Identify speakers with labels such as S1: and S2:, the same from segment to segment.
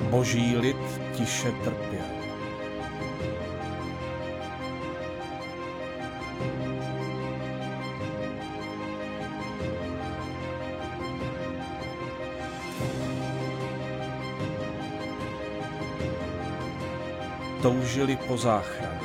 S1: Boží lid tiše trpěl. Toužili po záchraně.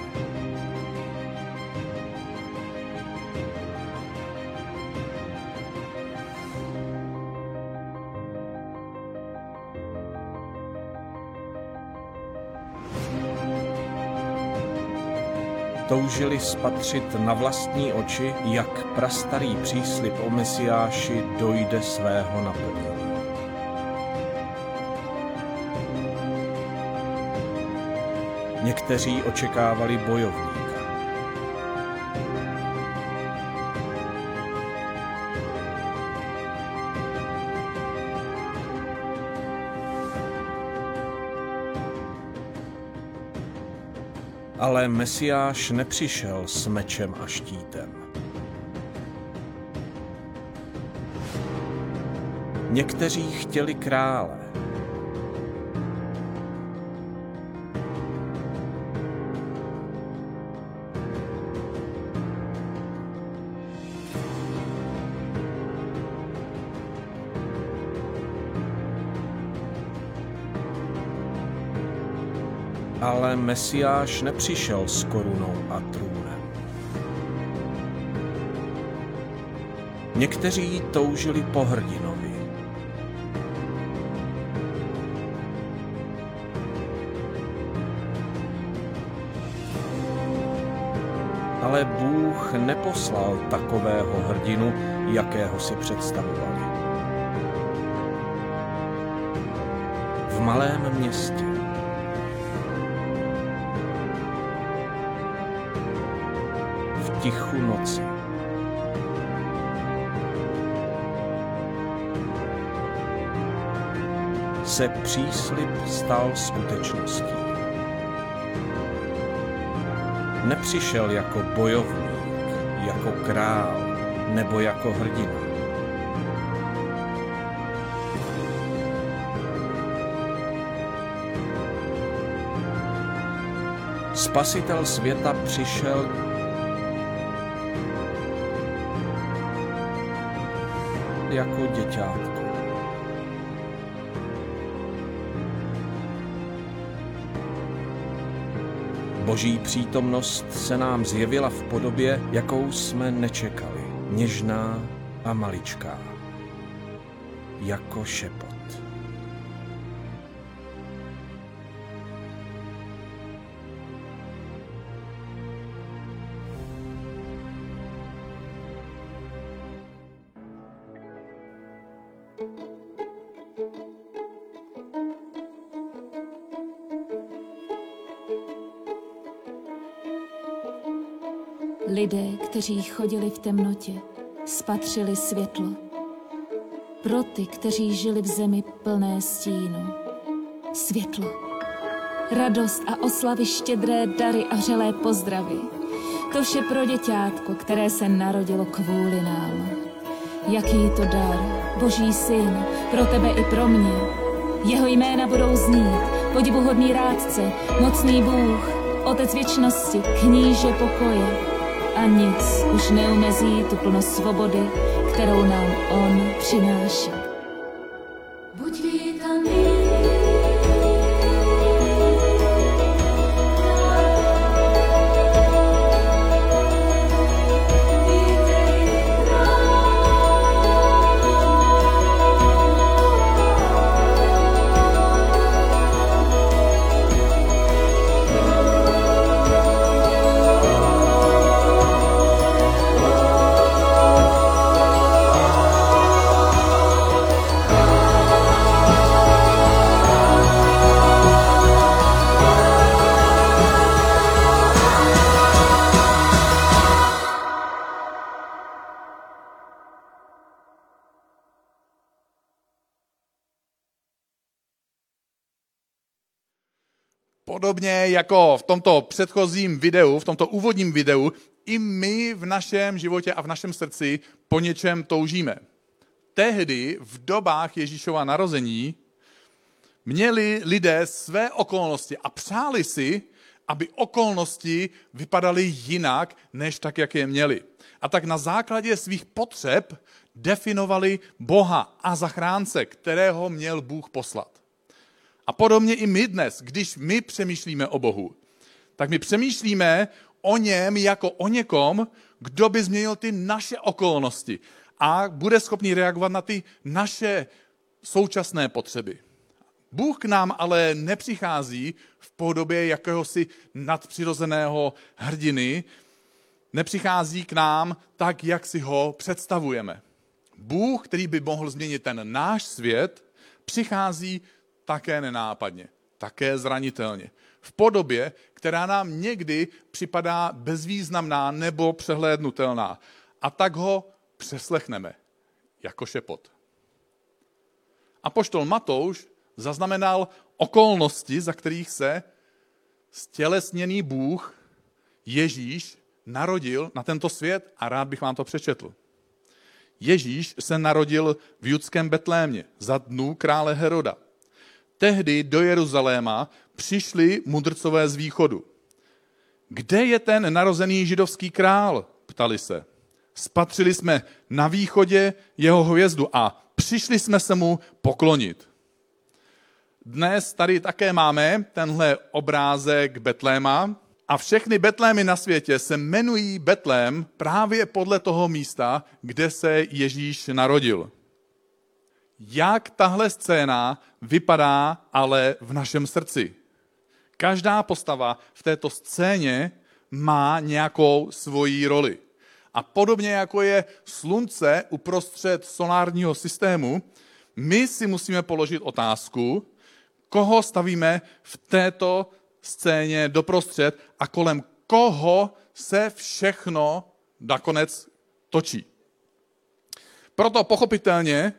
S1: Toužili spatřit na vlastní oči, jak prastarý příslib o Mesiáši dojde svého naplnění. Někteří očekávali bojovníka. Ale Mesiáš nepřišel s mečem a štítem. Někteří chtěli krále. Ale Mesiáš nepřišel s korunou a trůnem. Někteří toužili po hrdinovi. Ale Bůh neposlal takového hrdinu, jakého si představovali. V malém městě tichu noci. Se příslib stal skutečností. Nepřišel jako bojovník, jako král nebo jako hrdina. Spasitel světa přišel jako děťátko. Boží přítomnost se nám zjevila v podobě, jakou jsme nečekali. Něžná a maličká. Jako šepot.
S2: Lidé, kteří chodili v temnotě, spatřili světlo. Pro ty, kteří žili v zemi plné stínu. Světlo. Radost a oslavy, štědré dary a vřelé pozdravy. To vše pro děťátko, které se narodilo kvůli nám. Jaký to dar, Boží syn, pro tebe i pro mě. Jeho jména budou znít, podivuhodný rádce, mocný Bůh, Otec věčnosti, kníže pokoje. A nic už neomezí tu plnost svobody, kterou nám on přináší. Buď vítaný.
S3: Podobně jako v tomto předchozím videu, v tomto úvodním videu, i my v našem životě a v našem srdci po něčem toužíme. Tehdy, v dobách Ježíšova narození, Měli lidé své okolnosti a přáli si, aby okolnosti vypadaly jinak, než tak, jak je měli. A tak na základě svých potřeb definovali Boha a zachránce, kterého měl Bůh poslat. A podobně i my dnes, když my přemýšlíme o Bohu, tak my přemýšlíme o něm jako o někom, kdo by změnil ty naše okolnosti a bude schopný reagovat na ty naše současné potřeby. Bůh k nám ale nepřichází v podobě jakéhosi nadpřirozeného hrdiny, nepřichází k nám tak, jak si ho představujeme. Bůh, který by mohl změnit ten náš svět, přichází také nenápadně, také zranitelně. V podobě, která nám někdy připadá bezvýznamná nebo přehlédnutelná. A tak ho přeslechneme, jako šepot. Apoštol Matouš zaznamenal okolnosti, za kterých se stělesněný Bůh, Ježíš, narodil na tento svět a rád bych vám to přečetl. Ježíš se narodil v judském Betlémě za dnů krále Heroda. Tehdy do Jeruzaléma přišli mudrcové z východu. Kde je ten narozený židovský král? Ptali se. Spatřili jsme na východě jeho hvězdu a přišli jsme se mu poklonit. Dnes tady také máme tenhle obrázek Betléma a všechny Betlémy na světě se jmenují Betlém právě podle toho místa, kde se Ježíš narodil. Jak tahle scéna vypadá ale v našem srdci? Každá postava v této scéně má nějakou svoji roli. A podobně jako je slunce uprostřed solárního systému, my si musíme položit otázku, koho stavíme v této scéně doprostřed a kolem koho se všechno nakonec točí. Proto pochopitelně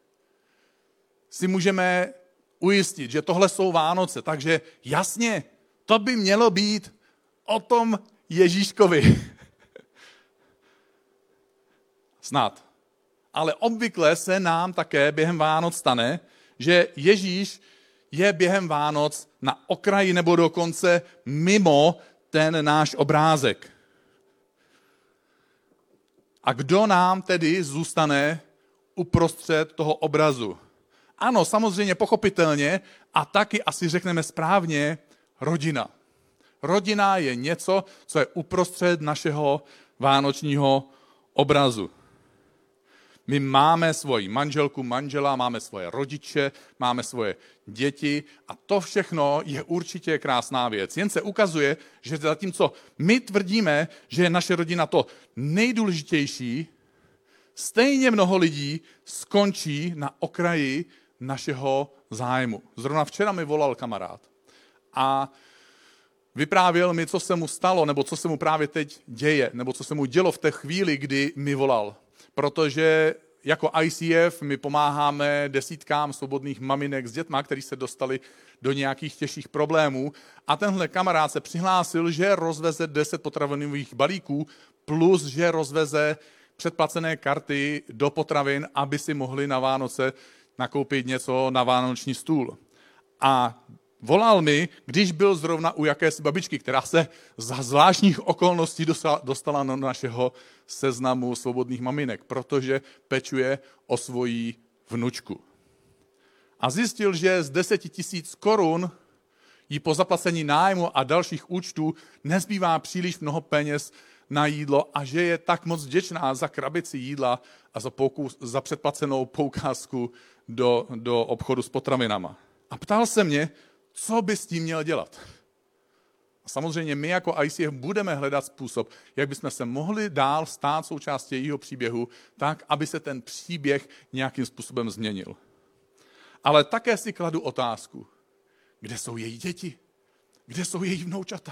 S3: si můžeme ujistit, že tohle jsou Vánoce, takže jasně, to by mělo být o tom Ježíškovi. Snad. Ale obvykle se nám také během Vánoc stane, že Ježíš je během Vánoc na okraji nebo dokonce mimo ten náš obrázek. A kdo nám tedy zůstane uprostřed toho obrazu? Ano, samozřejmě, pochopitelně a taky asi řekneme správně, rodina. Rodina je něco, co je uprostřed našeho vánočního obrazu. My máme svoji manželku, manžela, máme svoje rodiče, máme svoje děti a to všechno je určitě krásná věc. Jen se ukazuje, že zatímco my tvrdíme, že je naše rodina to nejdůležitější, stejně mnoho lidí skončí na okraji našeho zájmu. Zrovna včera mi volal kamarád a vyprávěl mi, co se mu stalo, nebo co se mu právě teď děje, nebo co se mu dělo v té chvíli, kdy mi volal. Protože jako ICF my pomáháme desítkám svobodných maminek s dětma, kteří se dostali do nějakých těžších problémů. A tenhle kamarád se přihlásil, že rozveze 10 potravinových balíků, plus že rozveze předplacené karty do potravin, aby si mohli na Vánoce nakoupit něco na vánoční stůl. A volal mi, když byl zrovna u jakési babičky, která se za zvláštních okolností dostala do našeho seznamu svobodných maminek, protože pečuje o svoji vnučku. A zjistil, že z 10 000 korun jí po zaplacení nájmu a dalších účtů nezbývá příliš mnoho peněz na jídlo a že je tak moc vděčná za krabici jídla a za předplacenou poukázku do obchodu s potravinama. A ptal se mě, co by s tím měl dělat. A samozřejmě my jako ICF budeme hledat způsob, jak bychom se mohli dál stát součástí jejího příběhu, tak, aby se ten příběh nějakým způsobem změnil. Ale také si kladu otázku, kde jsou její děti? Kde jsou její vnoučata?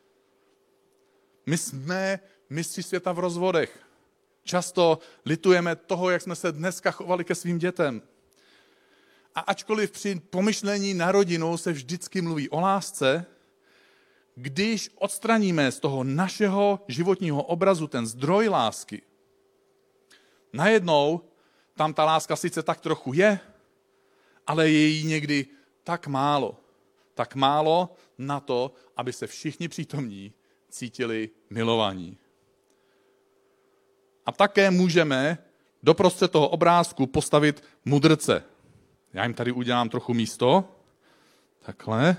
S3: My jsme mistři světa v rozvodech. Často litujeme toho, jak jsme se dneska chovali ke svým dětem. A ačkoliv při pomyšlení na rodinu se vždycky mluví o lásce, když odstraníme z toho našeho životního obrazu ten zdroj lásky, najednou tam ta láska sice tak trochu je, ale je jí někdy tak málo na to, aby se všichni přítomní cítili milovaní. A také můžeme doprostřed toho obrázku postavit mudrce. Já jim tady udělám trochu místo. Takhle.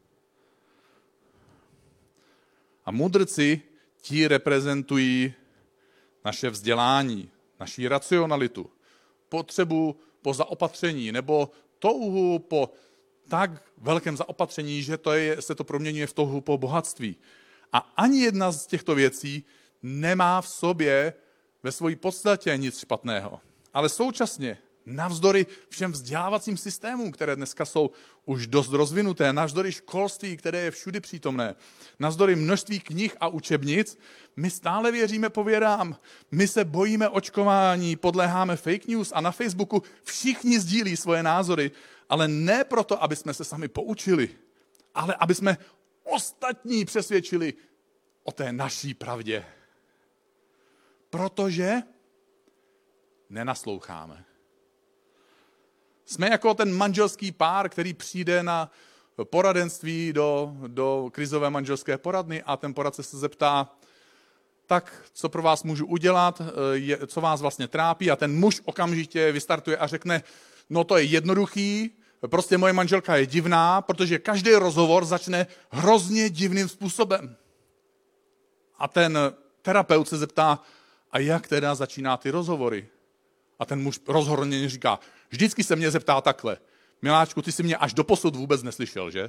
S3: A mudrci ti reprezentují naše vzdělání, naši racionalitu, potřebu po zaopatření nebo touhu po tak velkém zaopatření, že se to proměňuje v touhu po bohatství. A ani jedna z těchto věcí nemá v sobě ve své podstatě nic špatného. Ale současně, navzdory všem vzdělávacím systémům, které dneska jsou už dost rozvinuté, navzdory školství, které je všudy přítomné, navzdory množství knih a učebnic, my stále věříme pověrám, my se bojíme očkování, podléháme fake news a na Facebooku všichni sdílí svoje názory, ale ne proto, aby jsme se sami poučili, ale aby jsme ostatní přesvědčili o té naší pravdě. Protože nenasloucháme. Jsme jako ten manželský pár, který přijde na poradenství do krizové manželské poradny a ten poradce se zeptá, tak co pro vás můžu udělat, co vás vlastně trápí, a ten muž okamžitě vystartuje a řekne, no to je jednoduchý, prostě moje manželka je divná, protože každý rozhovor začne hrozně divným způsobem. A ten terapeut se zeptá, a jak teda začíná ty rozhovory? A ten muž rozhodně říká, vždycky se mě zeptá takhle, miláčku, ty jsi mě až doposud vůbec neslyšel, že?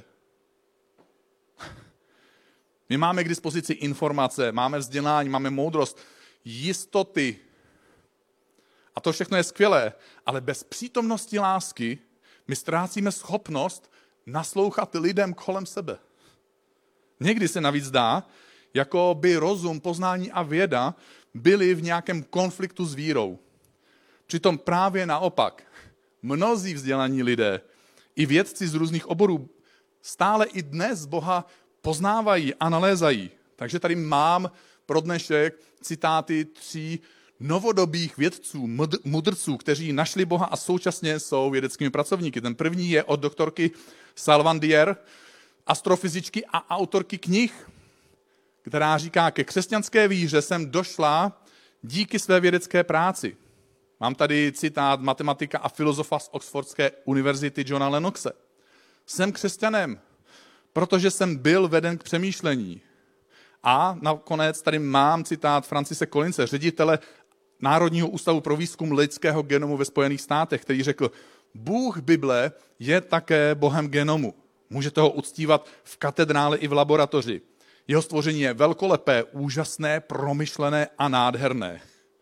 S3: My máme k dispozici informace, máme vzdělání, máme moudrost, jistoty. A to všechno je skvělé, ale bez přítomnosti lásky my ztrácíme schopnost naslouchat lidem kolem sebe. Někdy se navíc zdá, jako by rozum, poznání a věda byly v nějakém konfliktu s vírou. Přitom právě naopak, mnozí vzdělaní lidé i vědci z různých oborů stále i dnes Boha poznávají a nalézají. Takže tady mám pro dnešek citáty 3 novodobých vědců, mudrců, kteří našli Boha a současně jsou vědeckými pracovníky. Ten první je od doktorky Salvandier, astrofyzičky a autorky knih, která říká, ke křesťanské víře jsem došla díky své vědecké práci. Mám tady citát matematika a filozofa z Oxfordské univerzity Johna Lennoxe. Jsem křesťanem, protože jsem byl veden k přemýšlení. A nakonec tady mám citát Francise Collinse, ředitele Národního ústavu pro výzkum lidského genomu ve Spojených státech, který řekl, Bůh Bible je také Bohem genomu. Můžete ho uctívat v katedrále i v laboratoři. Jeho stvoření je velkolepé, úžasné, promyšlené a nádherné.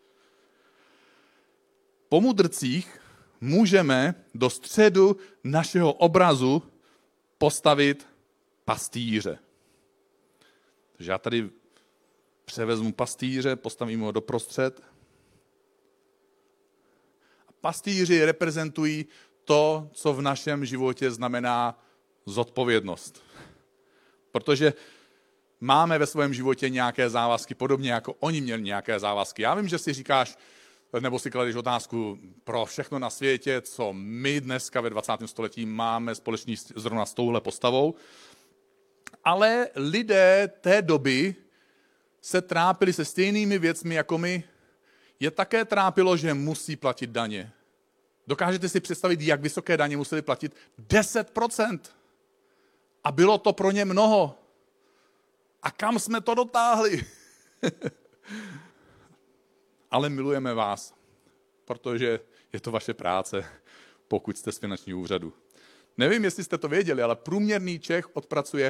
S3: Po mudrcích můžeme do středu našeho obrazu postavit pastýře. Takže já tady převezmu pastýře, postavím ho doprostřed. A pastýři reprezentují to, co v našem životě znamená zodpovědnost. Protože máme ve svém životě nějaké závazky, podobně jako oni měli nějaké závazky. Já vím, že si říkáš, nebo si kladeš otázku pro všechno na světě, co my dneska ve 20. století máme společný zrovna s touhle postavou. Ale lidé té doby se trápili se stejnými věcmi jako my. Je také trápilo, že musí platit daně. Dokážete si představit, jak vysoké daně museli platit? 10%. A bylo to pro ně mnoho. A kam jsme to dotáhli? Ale milujeme vás, protože je to vaše práce, pokud jste z finančního úřadu. Nevím, jestli jste to věděli, ale průměrný Čech odpracuje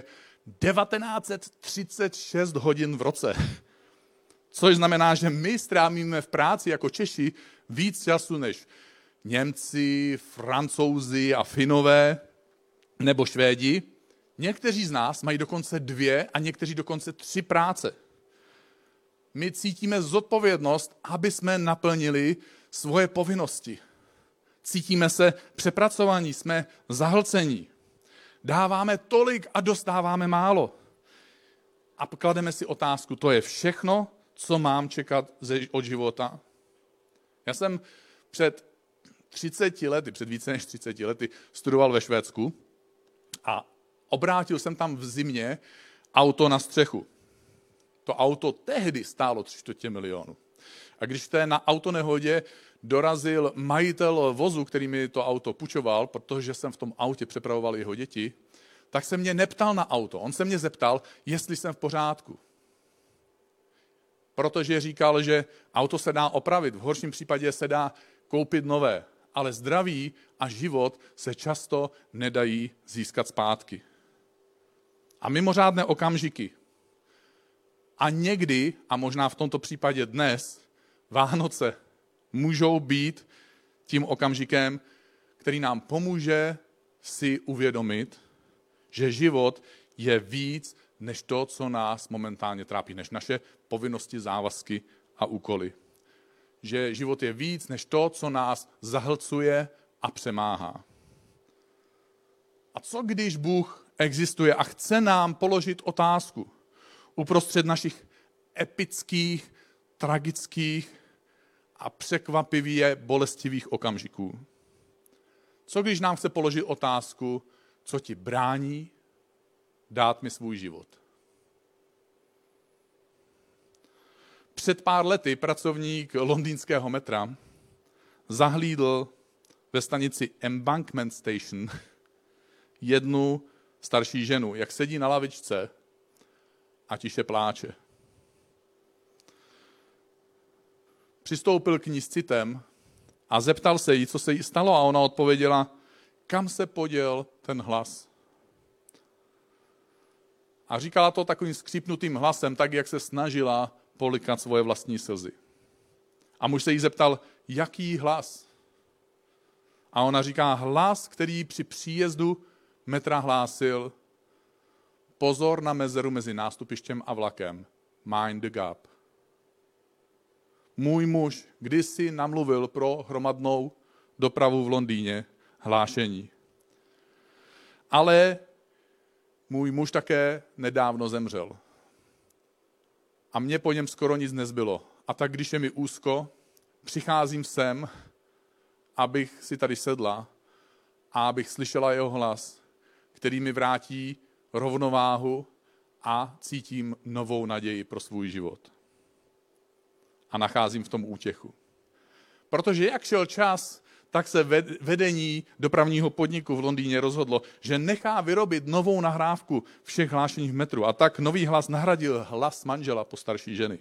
S3: 1936 hodin v roce. Což znamená, že my strávíme v práci jako Češi víc času než Němci, Francouzi a Finové nebo Švédi. Někteří z nás mají dokonce 2 a někteří dokonce 3 práce. My cítíme zodpovědnost, aby jsme naplnili svoje povinnosti. Cítíme se přepracovaní, jsme zahlcení. Dáváme tolik a dostáváme málo. A klademe si otázku, to je všechno, co mám čekat od života? Já jsem před 30 lety, před více než 30 lety studoval ve Švédsku A obrátil jsem tam v zimě auto na střechu. To auto tehdy stálo 300 milionů. A když v té na autonehodě dorazil majitel vozu, který mi to auto půjčoval, protože jsem v tom autě přepravoval jeho děti, tak se mě neptal na auto. On se mě zeptal, jestli jsem v pořádku. Protože říkal, že auto se dá opravit, v horším případě se dá koupit nové, ale zdraví a život se často nedají získat zpátky. A mimořádné okamžiky. A někdy, a možná v tomto případě dnes, Vánoce můžou být tím okamžikem, který nám pomůže si uvědomit, že život je víc než to, co nás momentálně trápí, než naše povinnosti, závazky a úkoly. Že život je víc než to, co nás zahlcuje a přemáhá. A co když Bůh existuje a chce nám položit otázku uprostřed našich epických, tragických a překvapivě bolestivých okamžiků? Co když nám chce položit otázku, co ti brání dát mi svůj život? Před pár lety pracovník londýnského metra zahlídl ve stanici Embankment Station jednu starší ženu, jak sedí na lavičce a tiše pláče. Přistoupil k ní s citem a zeptal se jí, co se jí stalo, a ona odpověděla, kam se poděl ten hlas. A říkala to takovým skřípnutým hlasem, tak jak se snažila polikat svoje vlastní slzy. A muž se jí zeptal, jaký hlas? A ona říká, hlas, který při příjezdu metra hlásil, pozor na mezeru mezi nástupištěm a vlakem, mind the gap. Můj muž kdysi namluvil pro hromadnou dopravu v Londýně hlášení. Ale můj muž také nedávno zemřel. A mně po něm skoro nic nezbylo. A tak, když je mi úzko, přicházím sem, abych si tady sedla a abych slyšela jeho hlas, který mi vrátí rovnováhu a cítím novou naději pro svůj život. A nacházím v tom útěchu. Protože jak šel čas, tak se vedení dopravního podniku v Londýně rozhodlo, že nechá vyrobit novou nahrávku všech hlášení v metru. A tak nový hlas nahradil hlas manžela postarší ženy.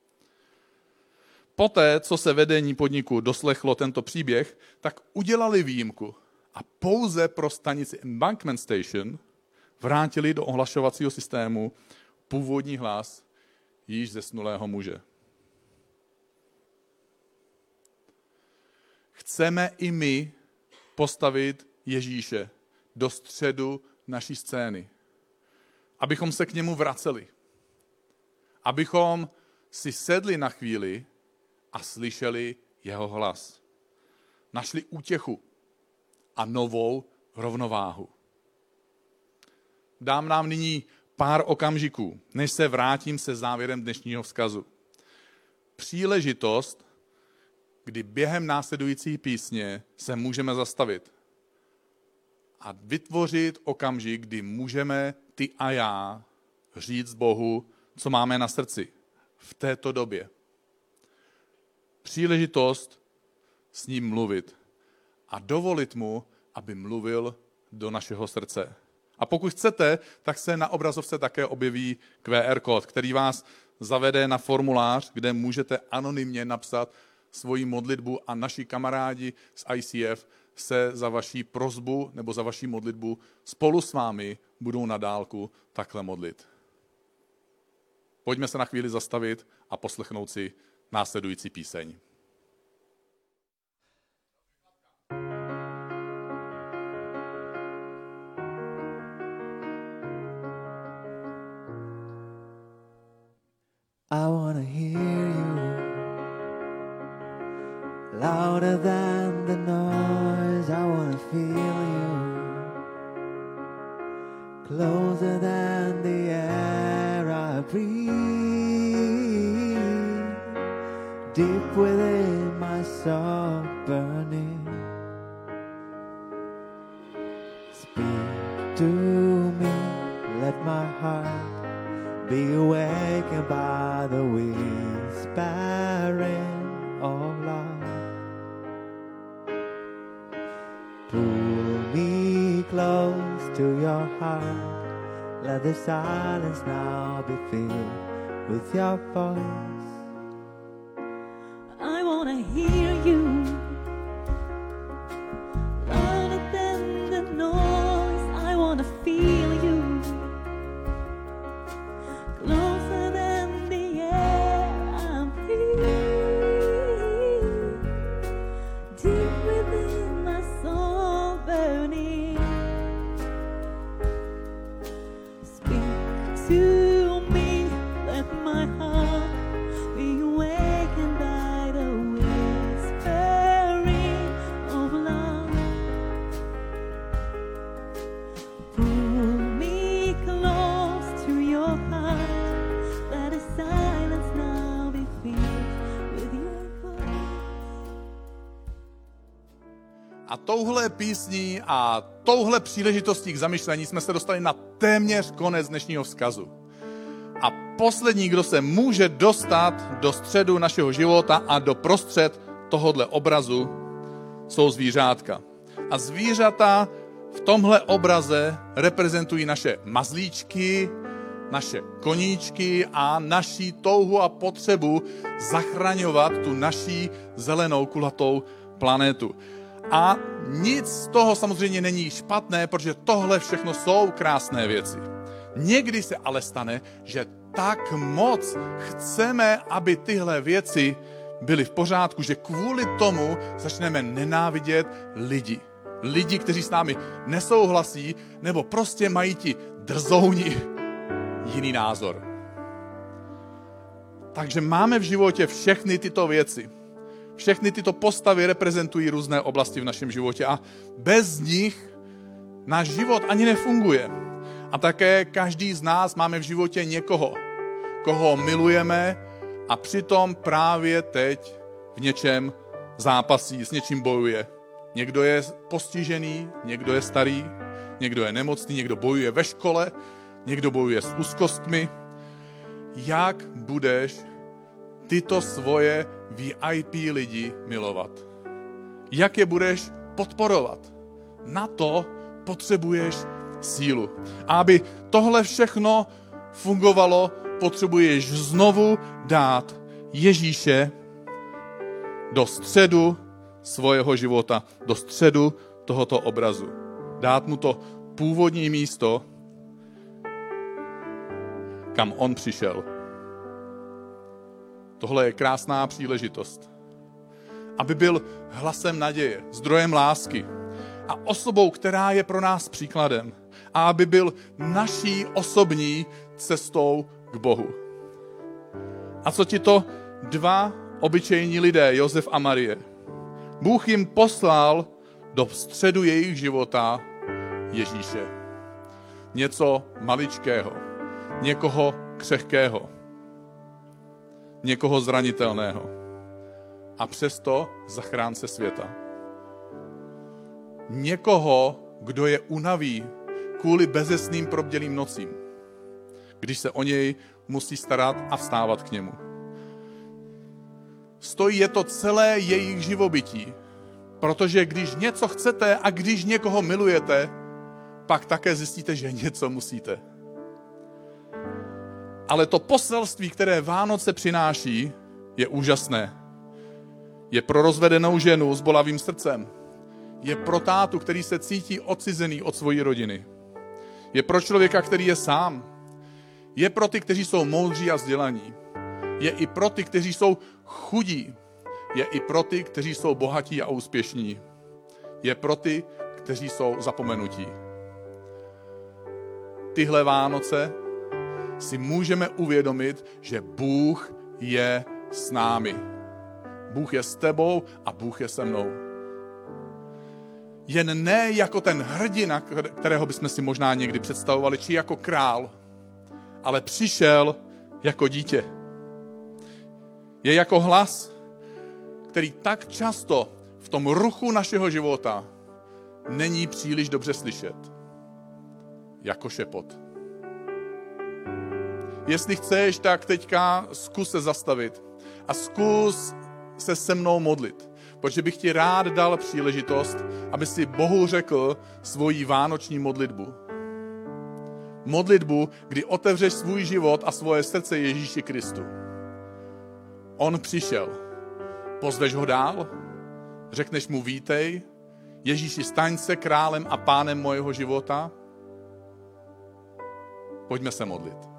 S3: Poté, co se vedení podniku doslechlo tento příběh, tak udělali výjimku a pouze pro stanici Embankment Station vrátili do ohlašovacího systému původní hlas již zesnulého muže. Chceme i my postavit Ježíše do středu naší scény, abychom se k němu vraceli, abychom si sedli na chvíli a slyšeli jeho hlas. Našli útěchu a novou rovnováhu. Dám nám nyní pár okamžiků, než se vrátím se závěrem dnešního vzkazu. Příležitost, kdy během následující písně se můžeme zastavit a vytvořit okamžik, kdy můžeme ty a já říct Bohu, co máme na srdci v této době. Příležitost s ním mluvit a dovolit mu, aby mluvil do našeho srdce. A pokud chcete, tak se na obrazovce také objeví QR kód, který vás zavede na formulář, kde můžete anonymně napsat svoji modlitbu a naši kamarádi z ICF se za vaši prosbu nebo za vaši modlitbu spolu s vámi budou na dálku takhle modlit. Pojďme se na chvíli zastavit a poslechnout si následující píseň.
S4: I wanna hear you louder than the noise. I wanna feel you closer than the air I breathe. Deep within my soul burning. Speak to be awakened by the whispering of love. Pull me close to your heart. Let the silence now be filled with your voice.
S5: I wanna hear you louder than the noise. I wanna feel you closer than the air I'm breathing. Deep within my soul burning. Speak to me, let my heart be awakened by the whispering of love. Pull me close to your heart. Let the silence now be filled with your voice.
S3: A touhle písní a touhle příležitostí k zamyšlení jsme se dostali na téměř konec dnešního vzkazu. A poslední, kdo se může dostat do středu našeho života a do prostřed tohodle obrazu, jsou zvířátka. A zvířata v tomhle obraze reprezentují naše mazlíčky, naše koníčky a naší touhu a potřebu zachraňovat tu naší zelenou kulatou planetu. A nic z toho samozřejmě není špatné, protože tohle všechno jsou krásné věci. Někdy se ale stane, že tak moc chceme, aby tyhle věci byly v pořádku, že kvůli tomu začneme nenávidět lidi. Lidi, kteří s námi nesouhlasí, nebo prostě mají ti drzouni jiný názor. Takže máme v životě všechny tyto věci. Všechny tyto postavy reprezentují různé oblasti v našem životě a bez nich náš život ani nefunguje. A také každý z nás máme v životě někoho, koho milujeme a přitom právě teď v něčem zápasí, s něčím bojuje. Někdo je postižený, někdo je starý, někdo je nemocný, někdo bojuje ve škole, někdo bojuje s úzkostmi. Jak budeš tyto svoje VIP lidi milovat? Jak je budeš podporovat? Na to potřebuješ sílu. A aby tohle všechno fungovalo, potřebuješ znovu dát Ježíše do středu svého života, do středu tohoto obrazu. Dát mu to původní místo, kam on přišel. Tohle je krásná příležitost. Aby byl hlasem naděje, zdrojem lásky a osobou, která je pro nás příkladem. A aby byl naší osobní cestou k Bohu. A co ti to dva obyčejní lidé, Josef a Marie? Bůh jim poslal do středu jejich života Ježíše. Něco maličkého, někoho křehkého, někoho zranitelného. A přesto zachránce světa. Někoho, kdo je unaví kvůli bezesným probdělým nocím, když se o něj musí starat a vstávat k němu. Stojí je to celé jejich živobytí, protože když něco chcete a když někoho milujete, pak také zjistíte, že něco musíte. Ale to poselství, které Vánoce přináší, je úžasné. Je pro rozvedenou ženu s bolavým srdcem. Je pro tátu, který se cítí odcizený od svojí rodiny. Je pro člověka, který je sám. Je pro ty, kteří jsou moudří a vzdělaní. Je i pro ty, kteří jsou chudí. Je i pro ty, kteří jsou bohatí a úspěšní. Je pro ty, kteří jsou zapomenutí. Tyhle Vánoce si můžeme uvědomit, že Bůh je s námi. Bůh je s tebou a Bůh je se mnou. Jen ne jako ten hrdina, kterého bychom si možná někdy představovali, či jako král, ale přišel jako dítě. Je jako hlas, který tak často v tom ruchu našeho života není příliš dobře slyšet. Jako šepot. jestli chceš, tak teďka zkus se zastavit a zkus se se mnou modlit. Protože bych ti rád dal příležitost, aby si Bohu řekl svoji vánoční modlitbu. Modlitbu, kdy otevřeš svůj život a svoje srdce Ježíši Kristu. On přišel. Pozveš ho dál? Řekneš mu vítej? Ježíši, staň se králem a pánem mojeho života? Pojďme se modlit.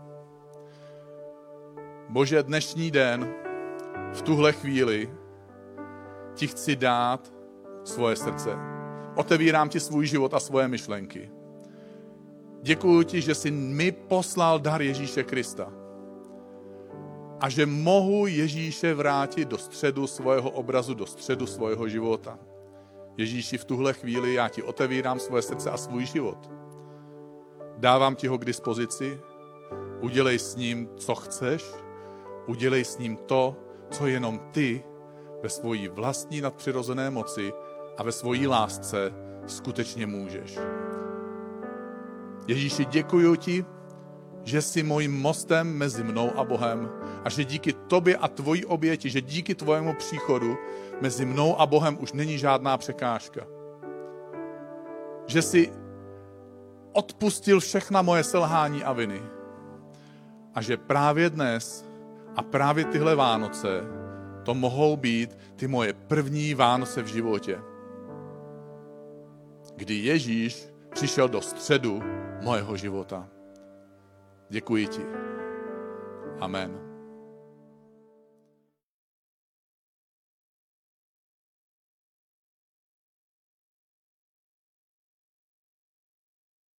S3: Bože, dnešní den, v tuhle chvíli, ti chci dát svoje srdce. Otevírám ti svůj život a svoje myšlenky. Děkuji ti, že jsi mi poslal dar Ježíše Krista. A že mohu Ježíše vrátit do středu svého obrazu, do středu svého života. Ježíši, v tuhle chvíli já ti otevírám svoje srdce a svůj život. Dávám ti ho k dispozici, udělej s ním, co chceš, udělej s ním to, co jenom ty ve svojí vlastní nadpřirozené moci a ve svojí lásce skutečně můžeš. Ježíši, děkuji ti, že jsi mojím mostem mezi mnou a Bohem a že díky tobě a tvojí oběti, že díky tvojemu příchodu mezi mnou a Bohem už není žádná překážka. Že jsi odpustil všechna moje selhání a viny. A že právě dnes a právě tyhle Vánoce to mohou být ty moje první Vánoce v životě. Kdy Ježíš přišel do středu mojeho života. Děkuji ti. Amen.